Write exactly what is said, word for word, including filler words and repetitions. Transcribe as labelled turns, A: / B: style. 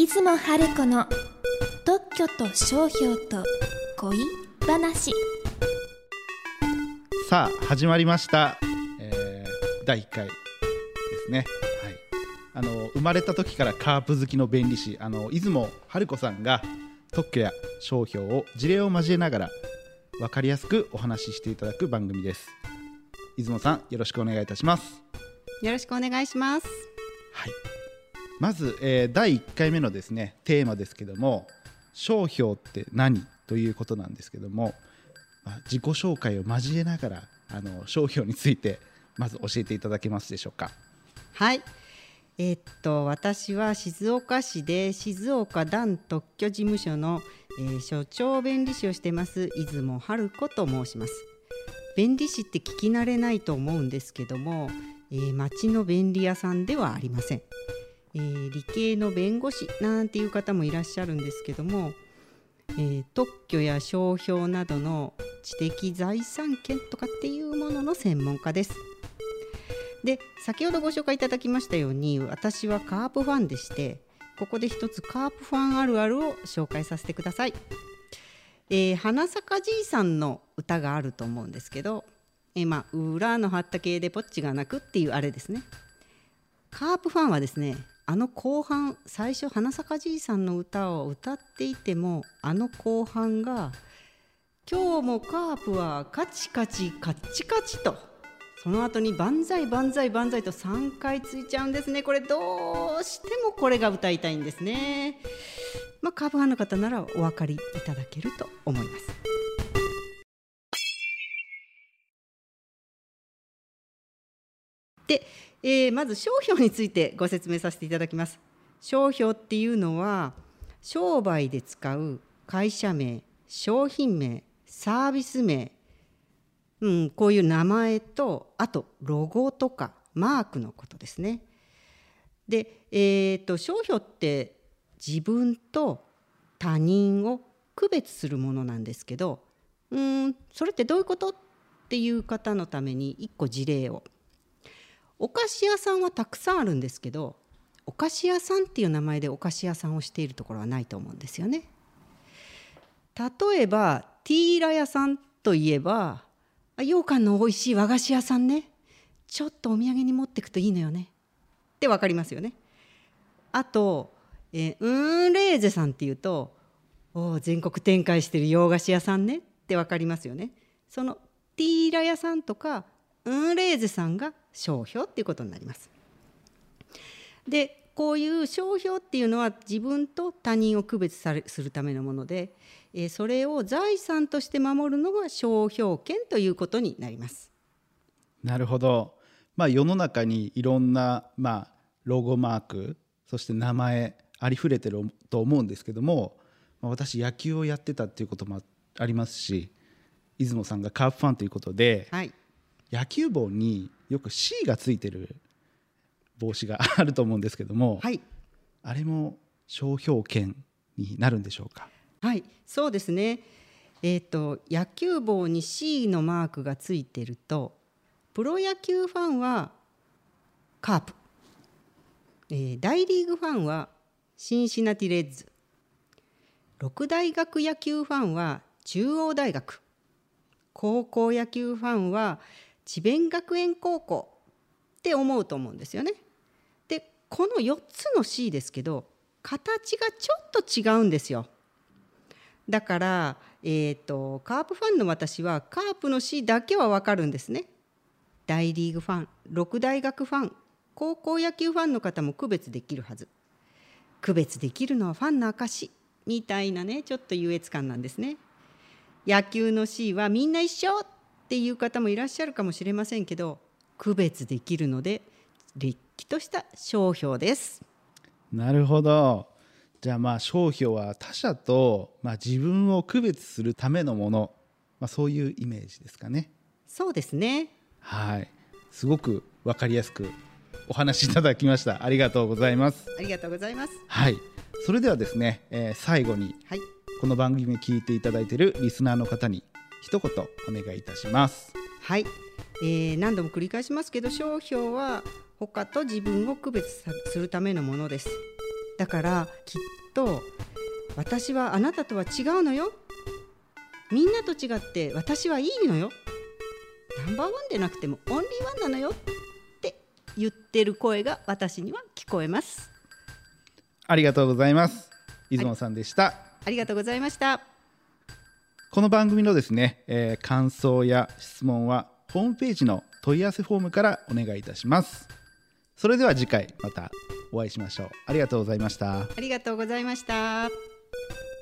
A: 出雲春子の特許と商標と恋話。
B: さあ始まりました、えー、だいいっかいですね、はい、あの生まれた時からカープ好きの弁理士あの出雲春子さんが特許や商標を事例を交えながら分かりやすくお話ししていただく番組です。出雲さん、よろしくお願いいたします。
C: よろしくお願いします。
B: はい、まず、えー、だいいっかいめのですねテーマですけども、商標って何ということなんですけども、まあ、自己紹介を交えながらあの商標についてまず教えていただけますでしょうか。
C: はい、えー、っと私は静岡市で静岡団特許事務所の、えー、所長弁理士をしています出雲春子と申します。弁理士って聞き慣れないと思うんですけども、えー、町の便利屋さんではありません。えー、理系の弁護士なんていう方もいらっしゃるんですけども、えー、特許や商標などの知的財産権とかっていうものの専門家です。で、先ほどご紹介いただきましたように、私はカープファンでして、ここで一つカープファンあるあるを紹介させてください。えー、花坂じいさんの歌があると思うんですけど、えーまあ、裏の畑でポッチが鳴くっていうあれですね。カープファンはですね、あの後半、最初花坂じいさんの歌を歌っていても、あの後半が今日もカープはカチカチカッチカチと、その後に万歳万歳万歳とさんかいついちゃうんですね。これどうしてもこれが歌いたいんですね。まあ、カープファンの方ならお分かりいただけると思います。で、えー、まず商標についてご説明させていただきます。商標っていうのは商売で使う会社名、商品名、サービス名、うん、こういう名前と、あとロゴとかマークのことですね。で、えーと、商標って自分と他人を区別するものなんですけど、うーん、それってどういうことっていう方のためにいっこ事例を。お菓子屋さんはたくさんあるんですけど、お菓子屋さんっていう名前でお菓子屋さんをしているところはないと思うんですよね。例えばティーラ屋さんといえば、羊羹の美味しい和菓子屋さんね、ちょっとお土産に持ってくといいのよねって分かりますよね。あと、えー、ウンレーゼさんっていうと、お全国展開してる洋菓子屋さんねって分かりますよね。そのティーラ屋さんとかウンレーゼさんが商標っていうことになります。で、こういう商標っていうのは自分と他人を区別されするためのもので、えー、それを財産として守るのが商標権ということになります。
B: なるほど、まあ、世の中にいろんな、まあ、ロゴマーク、そして名前ありふれてると思うんですけども、まあ、私野球をやってたっていうこともありますし、出雲さんがカープファンということで、
C: はい、
B: 野球帽によく シー がついてる帽子があると思うんですけども、
C: はい、
B: あれも商標権になるんでしょうか。
C: はい、そうですね。えーと、野球帽に シー のマークがついてると、プロ野球ファンはカープ、えー、大リーグファンはシンシナティレッズ、六大学野球ファンは中央大学、高校野球ファンは智弁学園高校って思うと思うんですよね。で、このよっつの シー ですけど、形がちょっと違うんですよ。だから、えーと、カープファンの私はカープの シー だけは分かるんですね。大リーグファン、六大学ファン、高校野球ファンの方も区別できるはず。区別できるのはファンの証みたいなね、ちょっと優越感なんですね。野球の シー はみんな一緒っていう方もいらっしゃるかもしれませんけど、区別できるのでれっきとした商標です。
B: なるほど。じゃあまあ商標は他者と、まあ、自分を区別するためのもの、まあ、そういうイメージですかね。
C: そうですね。
B: はい、すごく分かりやすくお話しいただきました。ありがとうございます。
C: ありがとうございます。
B: はい、それではですね、えー、最後に、
C: はい、
B: この番組を聞いていただいているリスナーの方に一言お願いいたします。
C: はい、えー、何度も繰り返しますけど、商標は他と自分を区別するためのものです。 だからきっと私はあなたとは違うのよ、みんなと違って私はいいのよ、ナンバーワンでなくてもオンリーワンなのよって言ってる声が私には聞こえます。
B: ありがとうございます。出雲さんでした。
C: ありがとうございました。
B: この番組のですね、えー、感想や質問はホームページの問い合わせフォームからお願いいたします。それでは次回またお会いしましょう。ありがとうございました。
C: ありがとうございました。